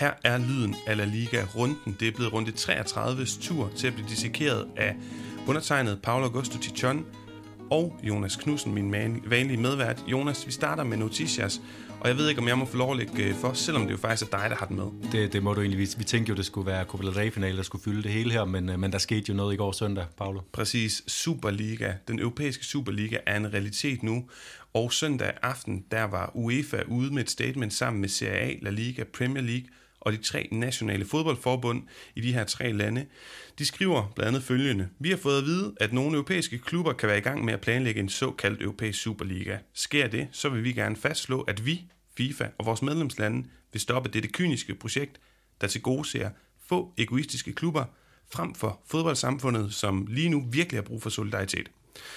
Her er lyden af La Liga-runden. Det er blevet runde 33's tur til at blive dissekeret af undertegnet Paulo Augusto Tichon og Jonas Knudsen, min vanlige medvært. Jonas, vi starter med Noticias, og jeg ved ikke, om jeg må få lov at lægge for, selvom det jo faktisk er dig, der har den med. Det må du egentlig. Vi tænkte jo, det skulle være Copa del Rey-finale, der skulle fylde det hele her, men der skete jo noget i går søndag, Paulo. Præcis. Superliga, den europæiske Superliga, er en realitet nu, og søndag aften, der var UEFA ude med et statement sammen med Serie A, La Liga, Premier League og de 3 nationale fodboldforbund i de her 3 lande. De skriver blandt andet følgende: Vi har fået at vide, at nogle europæiske klubber kan være i gang med at planlægge en såkaldt europæisk Superliga. Sker det, så vil vi gerne fastslå, at vi, FIFA og vores medlemslande vil stoppe dette kyniske projekt, der tilgodeser få egoistiske klubber frem for fodboldsamfundet, som lige nu virkelig har brug for solidaritet.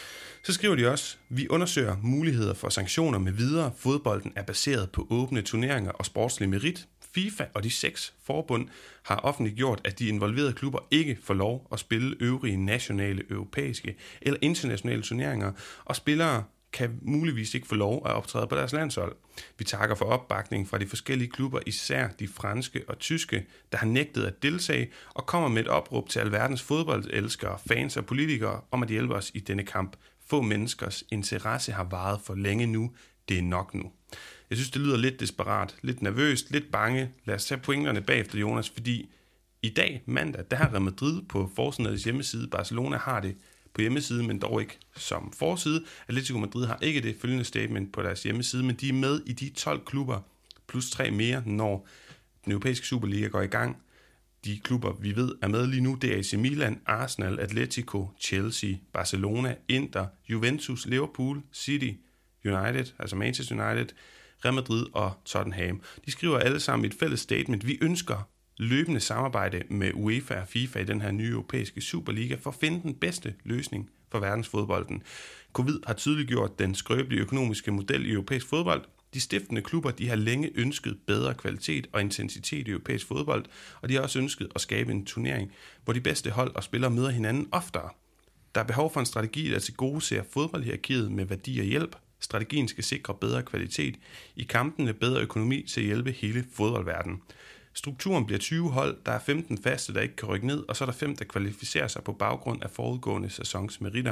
Så skriver de også: Vi undersøger muligheder for sanktioner med videre. Fodbolden er baseret på åbne turneringer og sportslig merit. FIFA og de 6 forbund har offentliggjort, at de involverede klubber ikke får lov at spille øvrige nationale, europæiske eller internationale turneringer, og spillere kan muligvis ikke få lov at optræde på deres landshold. Vi takker for opbakning fra de forskellige klubber, især de franske og tyske, der har nægtet at deltage, og kommer med et opråb til alverdens fodboldelskere, fans og politikere om at hjælpe os i denne kamp. Få menneskers interesse har varet for længe nu. Det er nok nu. Jeg synes, det lyder lidt desperat, lidt nervøst, lidt bange. Lad os tage pointerne bagefter, Jonas, fordi i dag, mandag, der har Real Madrid på forsiden af deres hjemmeside. Barcelona har det på hjemmeside, men dog ikke som forside. Atletico Madrid har ikke det følgende statement på deres hjemmeside, men de er med i de 12 klubber plus 3 mere, når den europæiske Superliga går i gang. De klubber, vi ved, er med lige nu, det er AC Milan, Arsenal, Atletico, Chelsea, Barcelona, Inter, Juventus, Liverpool, City, United, altså Manchester United, Real Madrid og Tottenham. De skriver alle sammen i et fælles statement: Vi ønsker løbende samarbejde med UEFA og FIFA i den her nye europæiske Superliga for at finde den bedste løsning for verdensfodbolden. Covid har tydeligt gjort den skrøbelige økonomiske model i europæisk fodbold. De stiftende klubber, de har længe ønsket bedre kvalitet og intensitet i europæisk fodbold, og de har også ønsket at skabe en turnering, hvor de bedste hold og spillere møder hinanden oftere. Der er behov for en strategi, der tilgodeser fodboldhierarkiet med værdi og hjælp. Strategien skal sikre bedre kvalitet i kampen med bedre økonomi til at hjælpe hele fodboldverdenen. Strukturen bliver 20 hold, der er 15 faste, der ikke kan rykke ned, og så er der 5, der kvalificerer sig på baggrund af forudgående sæsons meritter.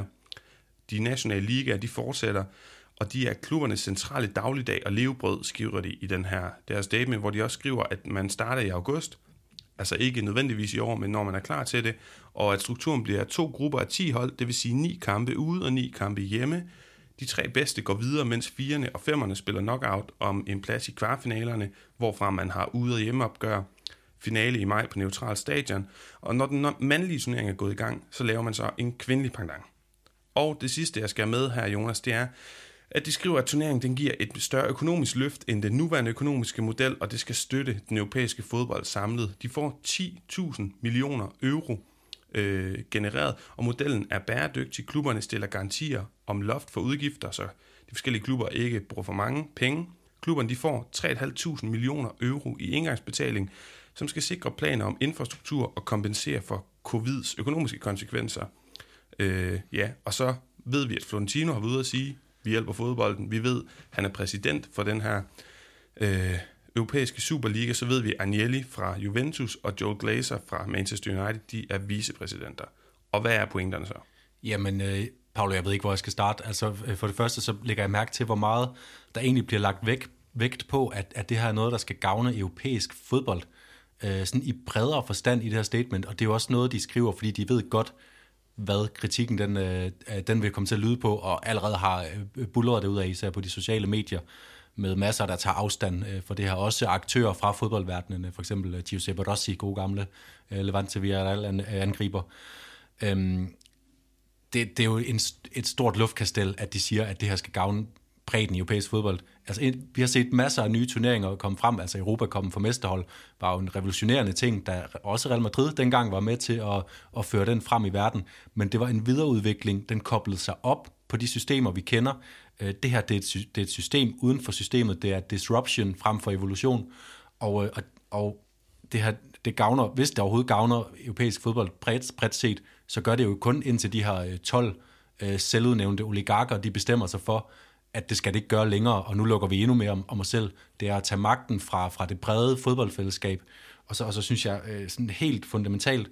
De nationale ligaer, de fortsætter, og de er klubbernes centrale dagligdag og levebrød, skriver de i den her deres statement, hvor de også skriver, at man starter i august, altså ikke nødvendigvis i år, men når man er klar til det, og at strukturen bliver 2 grupper af 10 hold, det vil sige 9 kampe ude og 9 kampe hjemme. De 3 bedste går videre, mens 4'erne og 5'erne spiller knockout om en plads i kvartfinalerne, hvorfra man har ude- og hjemmeopgør, finale i maj på neutralt stadion, og når den mandlige turnering er gået i gang, så laver man så en kvindelig pendant. Og det sidste, jeg skal med her, Jonas, det er, at de skriver, at turneringen den giver et større økonomisk løft end den nuværende økonomiske model, og det skal støtte den europæiske fodbold samlet. De får 10.000 millioner euro genereret, og modellen er bæredygtig. Klubberne stiller garantier om loft for udgifter, så de forskellige klubber ikke bruger for mange penge. Klubberne de får 3.500 millioner euro i engangsbetaling, som skal sikre planer om infrastruktur og kompensere for covids økonomiske konsekvenser. Og så ved vi, at Florentino har været ude at sige, vi hjælper fodbolden. Vi ved, han er præsident for den her europæiske Superliga. Så ved vi, Agnelli fra Juventus og Joel Glazer fra Manchester United, de er vicepræsidenter. Og hvad er pointerne så? Jamen, Paulo, jeg ved ikke, hvor jeg skal starte. Altså, for det første, så lægger jeg mærke til, hvor meget der egentlig bliver lagt vægt på, at det her er noget, der skal gavne europæisk fodbold. Sådan i bredere forstand i det her statement. Og det er jo også noget, de skriver, fordi de ved godt, hvad kritikken den vil komme til at lyde på, og allerede har buldret det ud af, især på de sociale medier, med masser, der tager afstand for det her. Også aktører fra fodboldverdenen, for eksempel Giuseppe Rossi, gode gamle Levante Villarreal-angriber. Det er jo et stort luftkastel, at de siger, at det her skal gavne bredden i europæisk fodbold. Altså, vi har set masser af nye turneringer komme frem, altså Europa kommet for mesterhold, var jo en revolutionerende ting, der også Real Madrid dengang var med til at føre den frem i verden, men det var en videreudvikling, den koblede sig op på de systemer, vi kender. Det her, det er et system uden for systemet, det er disruption frem for evolution, og det her, det gavner, hvis det overhovedet gavner europæisk fodbold bredt set, så gør det jo kun indtil de her 12 selvudnævnte oligarker, de bestemmer sig for, at det skal det ikke gøre længere, og nu lukker vi endnu mere om os selv. Det er at tage magten fra det brede fodboldfællesskab, og så synes jeg sådan helt fundamentalt,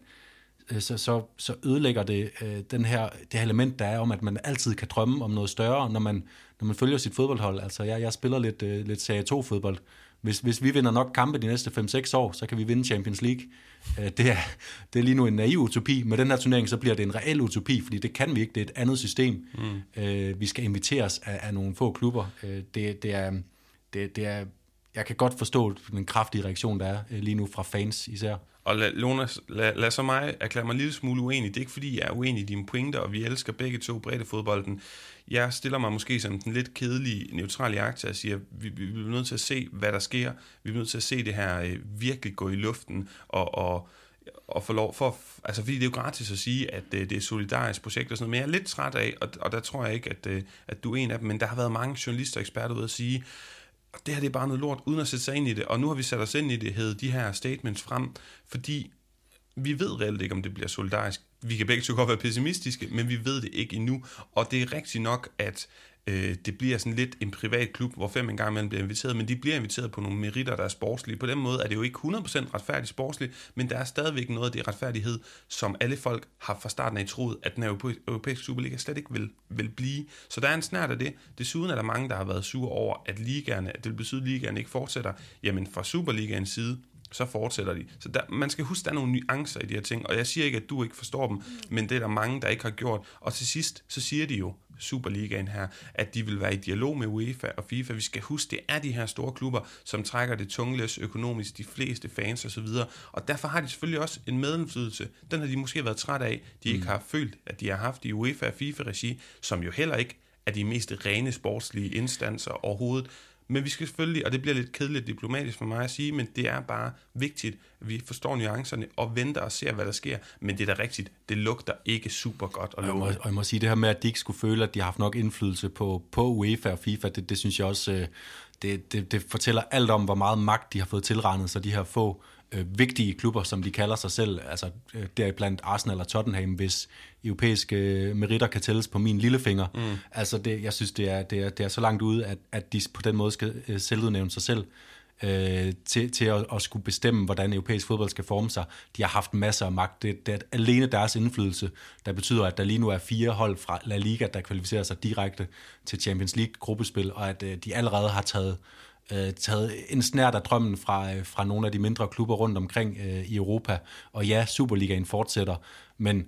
så ødelægger det det her element, der er om, at man altid kan drømme om noget større, når man følger sit fodboldhold. Altså, jeg spiller lidt Serie 2-fodbold. Hvis vi vinder nok kampe de næste 5-6 år, så kan vi vinde Champions League. Det er lige nu en naiv utopi. Med den her turnering, så bliver det en reel utopi, fordi det kan vi ikke. Det er et andet system. Vi skal inviteres af nogle få klubber. Det er jeg kan godt forstå den kraftige reaktion, der er lige nu fra fans især. Og lad så mig erklære mig en lille smule uenig. Det er ikke fordi, jeg er uenig i dine pointer, og vi elsker begge to breddefodbolden. Jeg stiller mig måske som den lidt kedelige, neutrale jagter og siger, vi bliver nødt til at se, hvad der sker. Vi bliver nødt til at se det her virkelig gå i luften, og få lov for, altså fordi det er jo gratis at sige, at det er et solidarisk projekt og sådan noget, men jeg er lidt træt af, og der tror jeg ikke, at du er en af dem, men der har været mange journalister og eksperter ude at sige, det her det er bare noget lort, uden at sætte sig ind i det, og nu har vi sat os ind i det, hævet de her statements frem, fordi vi ved reelt ikke, om det bliver solidarisk. Vi kan begge to godt være pessimistiske, men vi ved det ikke endnu, og det er rigtigt nok, at det bliver sådan lidt en privat klub, hvor 5 engang imellem bliver inviteret, men de bliver inviteret på nogle meritter, der er sportslige. På den måde er det jo ikke 100% retfærdigt sportsligt, men der er stadigvæk noget af det retfærdighed, som alle folk har fra starten af troet, at den europæiske Superliga slet ikke vil blive. Så der er en snert af det. Desuden er der mange, der har været sure over, at det vil betyde, at ligaerne ikke fortsætter. Jamen fra Superligaens side, så fortsætter de. Så man skal huske, der er nogle nuancer i de her ting, og jeg siger ikke, at du ikke forstår dem, men det er der mange, der ikke har gjort. Og til sidst, så siger de jo, Superligaen her, at de vil være i dialog med UEFA og FIFA. Vi skal huske, det er de her store klubber, som trækker det tungelæs økonomisk, de fleste fans osv., og derfor har de selvfølgelig også en medindflydelse. Den har de måske været træt af, de ikke har følt, at de har haft i UEFA og FIFA-regi, som jo heller ikke er de mest rene sportslige instanser overhovedet. Men vi skal selvfølgelig, og det bliver lidt kedeligt diplomatisk for mig at sige, men det er bare vigtigt, at vi forstår nuancerne og venter og ser, hvad der sker. Men det er da rigtigt, det lugter ikke super godt. Og jeg må sige det her med, at de ikke skulle føle, at de har haft nok indflydelse på UEFA og FIFA, det synes jeg også, det fortæller alt om, hvor meget magt de har fået tilregnet, så de her få vigtige klubber, som de kalder sig selv, altså deriblandt Arsenal og Tottenham, hvis europæiske meritter kan tælles på min lillefinger. Altså jeg synes, det er så langt ude, at de på den måde skal selvudnævne sig selv til at skulle bestemme, hvordan europæisk fodbold skal forme sig. De har haft masser af magt. Det er alene deres indflydelse, der betyder, at der lige nu er 4 hold fra La Liga, der kvalificerer sig direkte til Champions League gruppespil, og at de allerede har taget en snert af drømmen fra nogle af de mindre klubber rundt omkring i Europa. Og ja, Superligaen fortsætter, men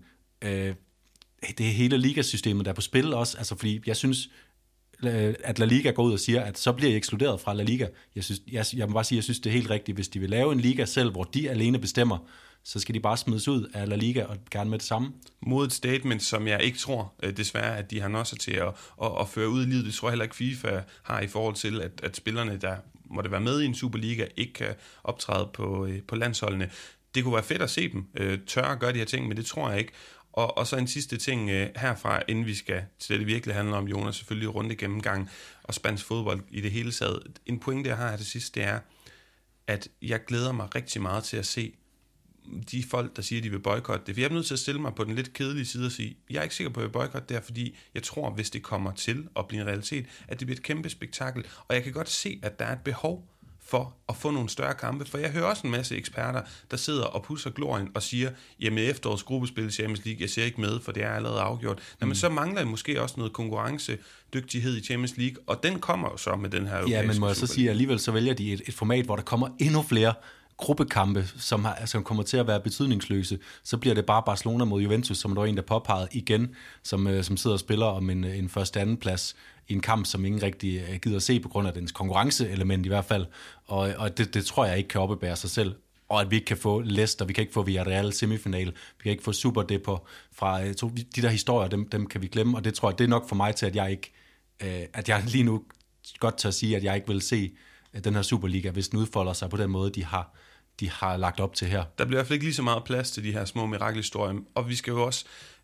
det er hele ligasystemet, der er på spil også, altså fordi jeg synes, at La Liga går ud og siger, at så bliver I ekskluderet fra La Liga. Jeg må bare sige, at jeg synes, det er helt rigtigt. Hvis de vil lave en liga selv, hvor de alene bestemmer, så skal de bare smides ud af La Liga og gerne med det samme. Mod et statement, som jeg ikke tror, desværre, at de har noget til at føre ud i livet. Det tror jeg heller ikke FIFA har i forhold til, at spillerne, der måtte være med i en Superliga, ikke kan optræde på landsholdene. Det kunne være fedt at se dem tørre at gøre de her ting, men det tror jeg ikke. Og så en sidste ting herfra, inden vi skal til det, det virkelig handler om, Jonas, selvfølgelig runde gennemgang og spansk fodbold i det hele taget. En pointe, jeg har her til sidst, det er, at jeg glæder mig rigtig meget til at se de folk, der siger, de vil boykotte det. For jeg er nødt til at stille mig på den lidt kedelige side og sige, jeg er ikke sikker på, at jeg vil boykotte det her, fordi jeg tror, hvis det kommer til at blive en realitet, at det bliver et kæmpe spektakel. Og jeg kan godt se, at der er et behov for at få nogle større kampe, for jeg hører også en masse eksperter, der sidder og pusser glorien og siger, jamen efterårets gruppespil i Champions League, jeg ser ikke med, for det er allerede afgjort. Men så mangler jeg måske også noget konkurrencedygtighed i Champions League, og den kommer jo så med den her europæiske. Ja, men må jeg så sige, at alligevel så vælger de et format, hvor der kommer endnu flere gruppekampe, som kommer til at være betydningsløse. Så bliver det bare Barcelona mod Juventus, som der var en, der påpegede igen, som sidder og spiller om en første anden plads i en kamp, som ingen rigtig gider at se på grund af dens konkurrenceelement i hvert fald. Og det tror jeg ikke kan oppebære sig selv. Og at vi ikke kan få Leicester, vi kan ikke få Villarreal semifinal, vi kan ikke få Super Depot fra de der historier, dem kan vi glemme, og det tror jeg, det er nok for mig til, at jeg lige nu godt tør sige, at jeg ikke vil se den her Superliga, hvis den udfolder sig på den måde, de har lagt op til her. Der bliver i hvert fald ikke lige så meget plads til de her små mirakelhistorier, og vi skal jo også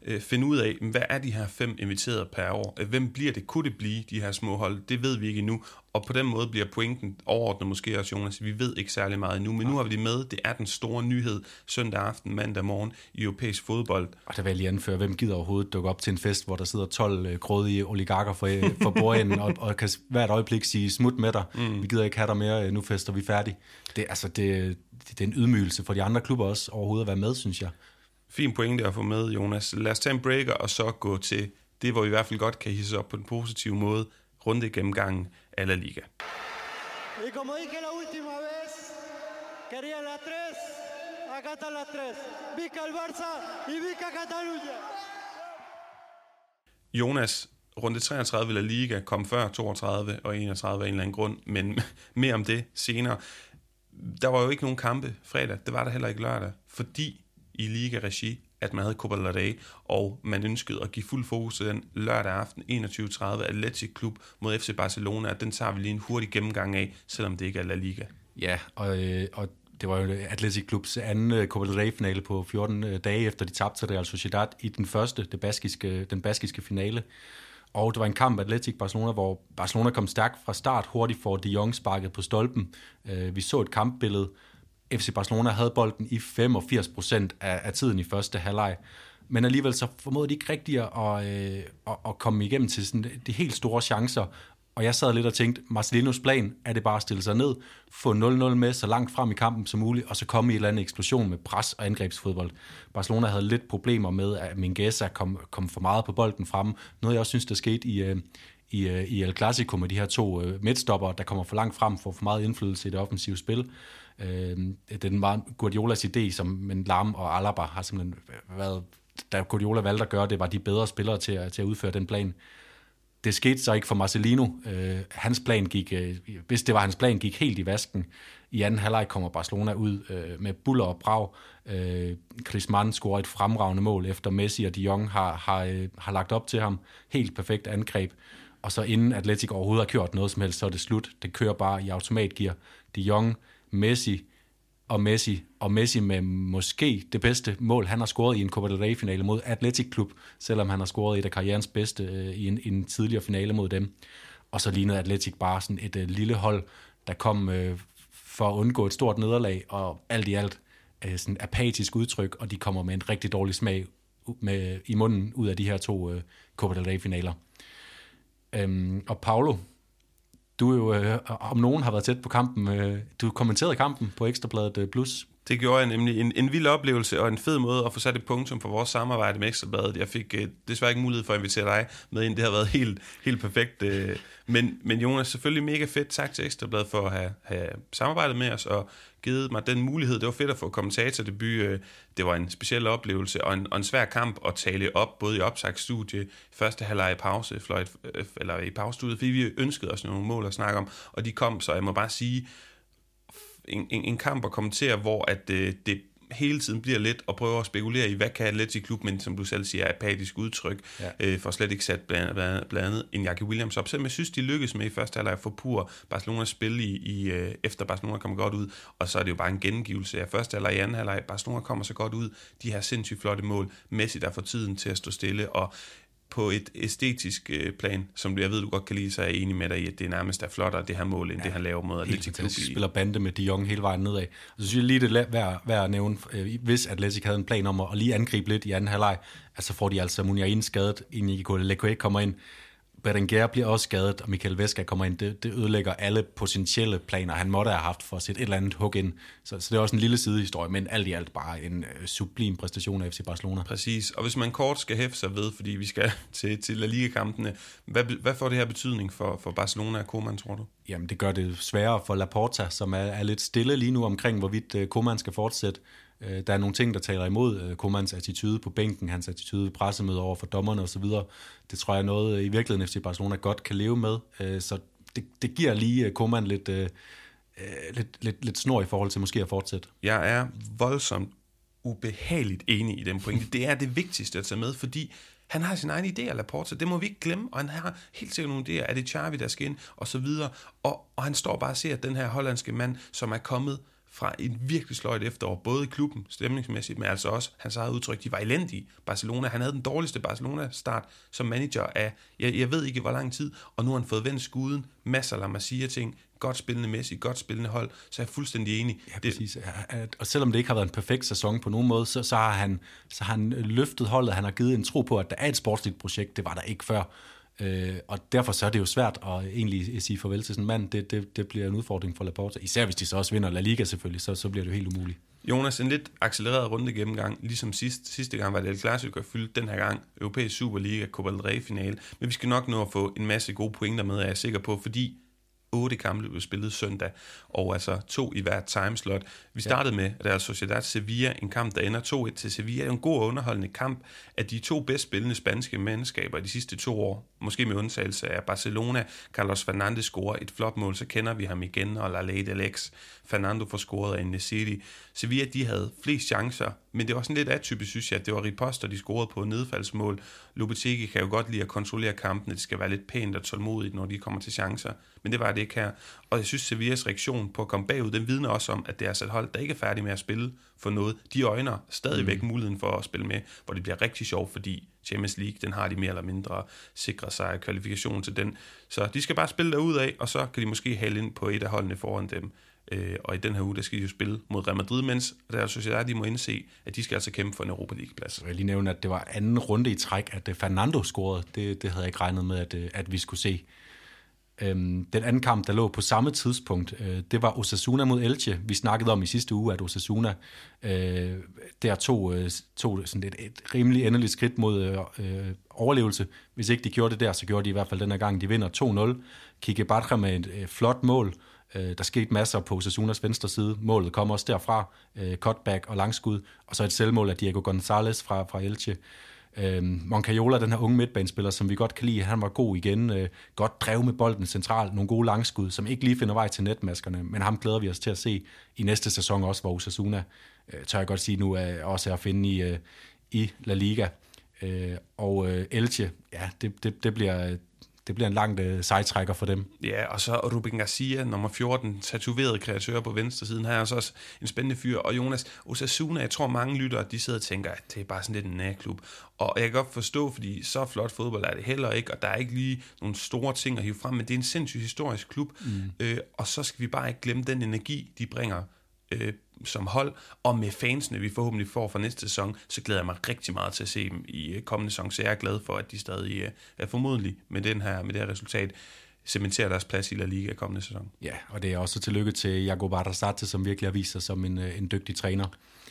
finde ud af, hvad er de her 5 inviterede per år? Hvem bliver det? Kunne det blive de her små hold? Det ved vi ikke endnu. Og på den måde bliver pointen overordnet måske også, Jonas. Vi ved ikke særlig meget endnu, men nu har vi det med. Det er den store nyhed søndag aften, mandag morgen i europæisk fodbold. Og der vil jeg lige anføre, hvem gider overhovedet dukke op til en fest, hvor der sidder 12 grådige oligarker for bordenden og kan hvert øjeblik sige, smut med dig. Vi gider ikke have dig mere, nu fester vi færdig. Det er en ydmygelse for de andre klubber også overhovedet at være med, synes jeg. Fin pointe at få med, Jonas. Lad os tage en breaker og så gå til det, hvor vi i hvert fald godt kan hisse op på den positive måde. Runde gennemgangen af La Liga. Y como dije la última vez, quería la 3, acá están las 3. Vica el Barça y Vica Catalunya. Jonas, runde 33 La Liga kom før 32 og 31 af en eller anden grund, men mere om det senere. Der var jo ikke nogen kampe fredag, det var der heller ikke lørdag, fordi i Liga-regi, at man havde Copa del Rey, og man ønskede at give fuld fokus til den lørdag aften 21:30 Athletic Klub mod FC Barcelona, og den tager vi lige en hurtig gennemgang af, selvom det ikke er La Liga. Ja, og det var jo Athletic Klubs anden Copa del Rey-finale på 14 dage efter de tabte til Real Sociedad i den første, den baskiske finale. Og det var en kamp Athletic Barcelona, hvor Barcelona kom stærkt fra start, hurtigt for De Jong sparket på stolpen. Vi så et kampbillede. FC Barcelona havde bolden i 85% af tiden i første halvleg. Men alligevel så formåede de ikke rigtigt at komme igennem til sådan de helt store chancer. Og jeg sad lidt og tænkte, Marcelinos plan er det bare at stille sig ned, få 0-0 med så langt frem i kampen som muligt, og så komme i en eller anden eksplosion med pres og angrebsfodbold. Barcelona havde lidt problemer med, at Mingueza kom for meget på bolden frem. Noget jeg også synes, der skete i El Clasico med de her 2 midtstopper, der kommer for langt frem, får for meget indflydelse i det offensive spil. Den var Guardiolas idé, som Lam og Alaba har simpelthen været, da Guardiola valgte at gøre det, var de bedre spillere til at udføre den plan. Det skete så ikke for Marcelino. Hans plan gik, hvis det var hans plan, gik helt i vasken. I anden halvleg kommer Barcelona ud med buller og brag. Griezmann scorer et fremragende mål, efter Messi og De Jong har lagt op til ham. Helt perfekt angreb. Og så inden Athletic overhovedet har kørt noget som helst, så er det slut. Det kører bare i automatgear. De Jong, Messi og Messi med måske det bedste mål, han har scoret i en Copa del Rey-finale mod Athletic Klub, selvom han har scoret et af karrierens bedste i en tidligere finale mod dem. Og så lignede Athletic bare sådan et lille hold, der kom for at undgå et stort nederlag, og alt i alt sådan apatisk udtryk, og de kommer med en rigtig dårlig smag i munden ud af de her 2 Copa del Rey-finaler. Og Paulo, du jo om nogen har været tæt på kampen. Du kommenterede kampen på Ekstrabladet Plus. Det gjorde jeg nemlig. En vild oplevelse og en fed måde at få sat et punktum for vores samarbejde med Ekstrabladet. Jeg fik desværre ikke mulighed for at invitere dig med ind. Det har været helt perfekt. Men Jonas, selvfølgelig mega fedt. Tak til Ekstrabladet for at have samarbejdet med os og givet mig den mulighed. Det var fedt at få kommentatordebut. Det var en speciel oplevelse og en svær kamp at tale op, både i optagsstudie, første halvleg i pause, eller i pausestudiet, fordi vi ønskede os nogle mål at snakke om, og de kom, så jeg må bare sige, en kamp at kommentere, hvor at det hele tiden bliver lidt at prøve at spekulere i, hvad kan Athletic Klub, men som du selv siger, apatisk udtryk, for slet ikke sat blandt andet en Jackie Williams op. Selvom jeg synes, de lykkedes med i første halvleg at forpure Barcelonas spil efter Barcelona kommer godt ud, og så er det jo bare en gengivelse af første halvleg i anden halvleg. Barcelona kommer så godt ud, de her sindssygt flotte mål, Messi der får tiden til at stå stille, og på et æstetisk plan, som jeg ved, du godt kan lide, så er jeg enig med dig i, at det nærmest er flottere, det her mål, end det han laver mod Athletic Klub. De spiller bande med De Jong hele vejen nedad. Og så synes jeg lige, det er værd at nævne, hvis Athletic havde en plan om at lige angribe lidt i anden halvleg, så får de altså Muniain skadet, Iñigo Leque kommer ind. Berenguer bliver også skadet, og Michael Vesca kommer ind. Det ødelægger alle potentielle planer, han måtte have haft for at sætte et eller andet hug ind. Så det er også en lille sidehistorie, men alt i alt bare en sublim præstation af FC Barcelona. Præcis, og hvis man kort skal hæfte sig ved, fordi vi skal til La Liga-kampene, hvad får det her betydning for Barcelona og Koeman, tror du? Jamen, det gør det sværere for Laporta, som er lidt stille lige nu omkring, hvorvidt Koeman skal fortsætte. Der er nogle ting, der taler imod Koemans attitude på bænken, hans attitude ved pressemøder over for dommerne osv. Det tror jeg er noget, i virkeligheden FC Barcelona godt kan leve med. Så det giver lige Koeman lidt snor i forhold til måske at fortsætte. Jeg er voldsomt ubehageligt enig i den pointe. Det er det vigtigste at tage med, fordi han har sin egen idéer, Laporta. Det må vi ikke glemme, og han har helt sikkert nogle idéer. Er det Xavi, der skal ind, og så videre. Og han står bare og ser, at den her hollandske mand, som er kommet fra et virkelig sløjt efterår, både i klubben, stemningsmæssigt, men altså også hans eget udtryk, de var elendige. Barcelona, han havde den dårligste Barcelona-start som manager af, jeg ved ikke hvor lang tid, og nu har han fået vendt skuden, masser af La Masia-ting, godt spillende Messi, godt spillende hold, så er jeg fuldstændig enig. Ja, præcis. Og selvom det ikke har været en perfekt sæson på nogen måde, så har han løftet holdet, han har givet en tro på, at der er et sportsligt projekt, det var der ikke før. Og derfor så er det jo svært at egentlig sige farvel til sådan en mand. Det bliver en udfordring for Laporta. Især hvis de så også vinder La Liga selvfølgelig, så bliver det jo helt umuligt. Jonas, en lidt accelereret runde gennemgang, ligesom sidste gang var det El Clasico fyldt, den her gang Europæisk Superliga, Copa del Rey-finale. Men vi skal nok nå at få en masse gode pointer med, er jeg sikker på, fordi 8 kampe blev spillet søndag, og altså 2 i hvert timeslot. Vi startede med Real Sociedad Sevilla, en kamp, der ender 2-1 til Sevilla. Det er en god og underholdende kamp af de 2 bedst spillende spanske mandskaber de sidste 2 år. Måske med undtagelse af Barcelona. Carlos Fernandes scorer et flopmål, så kender vi ham igen, og La Ley del Ex. Fernando får scoret af Nesiri. Sevilla, de havde flest chancer, men det var sådan lidt atypisk, synes jeg, at det var riposter, de scorede på nedfaldsmål. Lopetegui kan jo godt lide at kontrollere kampene, det skal være lidt pænt og tålmodigt, når de kommer til chancer, men det var det ikke her. Og jeg synes, Sevillas reaktion på at komme bagud, den vidner også om, at det er altså et hold, der ikke er færdig med at spille for noget. De øjner stadigvæk muligheden for at spille med, hvor det bliver rigtig sjovt, fordi Champions League, den har de mere eller mindre sikret sig kvalifikation til den. Så de skal bare spille derudad, og så kan de måske hale ind på et af holdene foran dem. Og i den her uge, der skal de jo spille mod Real Madrid, mens Real Sociedad, de må indse, at de skal altså kæmpe for en Europa League-plads. Jeg vil lige nævne, at det var anden runde i træk, at Fernando scorede. Det havde jeg ikke regnet med, at vi skulle se. Den anden kamp, der lå på samme tidspunkt, det var Osasuna mod Elche. Vi snakkede om i sidste uge, at Osasuna der tog sådan et rimelig endeligt skridt mod overlevelse. Hvis ikke de gjorde det der, så gjorde de i hvert fald den her gang. De vinder 2-0. Kike Bartra med et flot mål. Der skete masser på Osasunas venstre side. Målet kom også derfra. Cutback og langskud. Og så et selvmål af Diego González fra Elche. Moncayola, den her unge midtbanespiller, som vi godt kan lide, han var god igen. Godt drev med bolden centralt. Nogle gode langskud, som ikke lige finder vej til netmaskerne. Men ham glæder vi os til at se i næste sæson også, hvor Osasuna, tør jeg godt sige nu, også er at finde i La Liga. Og Elche, ja, det bliver en langt sejtrækker for dem. Ja, og så Ruben Garcia, nummer 14, tatoveret kreatør på venstre siden. Her er også en spændende fyr. Og Jonas, Osasuna, jeg tror mange lyttere, de sidder og tænker, at det er bare sådan lidt en nærklub. Og jeg kan godt forstå, fordi så flot fodbold er det heller ikke, og der er ikke lige nogle store ting at hive frem, men det er en sindssygt historisk klub. Og så skal vi bare ikke glemme den energi, de bringer som hold, og med fansene, vi forhåbentlig får fra næste sæson, så glæder jeg mig rigtig meget til at se dem i kommende sæson, så jeg er glad for, at de stadig er formodentlig med det her resultat cementerer deres plads i La Liga kommende sæson. Ja, og det er også tillykke til Jacob Arrasate, som virkelig har vist sig som en dygtig træner.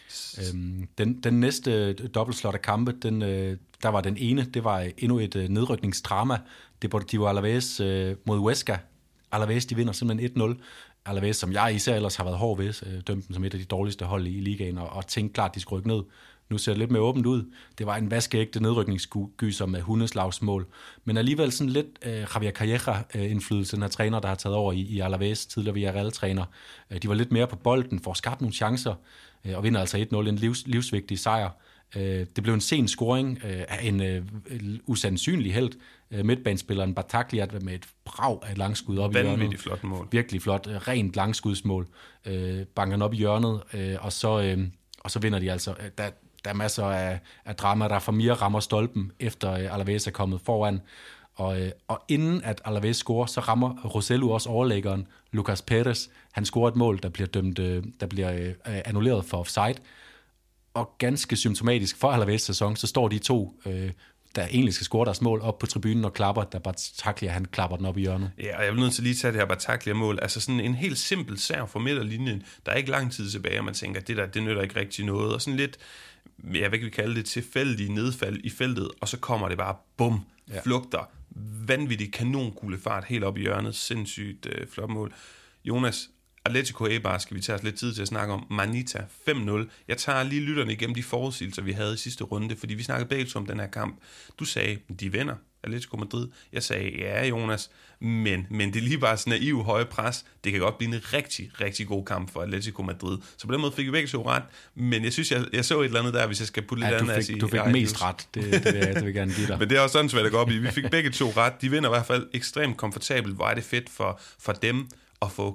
Den næste dobbeltslot af kampe, der var den ene, det var endnu et nedrykningsdrama. Deportivo Alavés mod Huesca. Alavés, de vinder simpelthen 1-0. Alavés, som jeg især ellers har været hård ved, dømte dem som et af de dårligste hold i ligaen, og tænkte klart, de skulle rykke ned. Nu ser det lidt mere åbent ud. Det var en vaskeægte nedrykningsgyser med hundeslagsmål. Men alligevel sådan lidt Javier Calleja-indflydelse, den her træner, der har taget over i Alavés, tidligere Villarreal-træner. De var lidt mere på bolden, får skabt nogle chancer, og vinder altså 1-0, en livsvigtig sejr. Det blev en sen scoring af en usandsynlig helt. Midtbanespilleren Bataglia med et brag af et langskud op i hjørnet. Vanvittigt flot mål. Virkelig flot, rent langskudsmål. Banker den op i hjørnet, og så vinder de altså. Der er masser af drama. Rafa rammer stolpen, efter Alavés er kommet foran. Og inden at Alavés scorer, så rammer Roselu også overlæggeren, Lucas Perez. Han scorer et mål, der bliver annulleret for offside. Og ganske symptomatisk for Alavés sæson, så står de to, der egentlig skal score deres mål, op på tribunen og klapper, da Bataglia, han klapper den op i hjørnet. Ja, og jeg vil nødt til lige tage det her Bataglia-mål. Altså sådan en helt simpel serv fra midterlinjen. Der er ikke lang tid tilbage, og man tænker, det nytter ikke rigtig noget. Og sådan lidt, hvad kan vi kalde det, tilfældige nedfald i feltet, og så kommer det bare, bum, flugter. Vanvittig kanonkuglefart helt op i hjørnet. Sindssygt flot mål. Jonas, Atletico Eibar skal vi tage os lidt tid til at snakke om. Manita 5-0. Jeg tager lige lytterne igennem de forudsigelser, vi havde i sidste runde, fordi vi snakkede begge om den her kamp. Du sagde, de vinder Atletico Madrid. Jeg sagde, ja Jonas, men det er lige bare sådan naiv høje pres. Det kan godt blive en rigtig, rigtig god kamp for Atletico Madrid. Så på den måde fik vi begge så ret, men jeg synes, jeg så et eller andet der, hvis jeg skal putte lidt andet af sige. Du fik mest ret, det vil jeg gerne give dig. Men det er også sådan svært at gå op i. Vi fik begge to ret. De vinder i hvert fald ekstremt komfortabelt. Hvor er det fedt for dem at få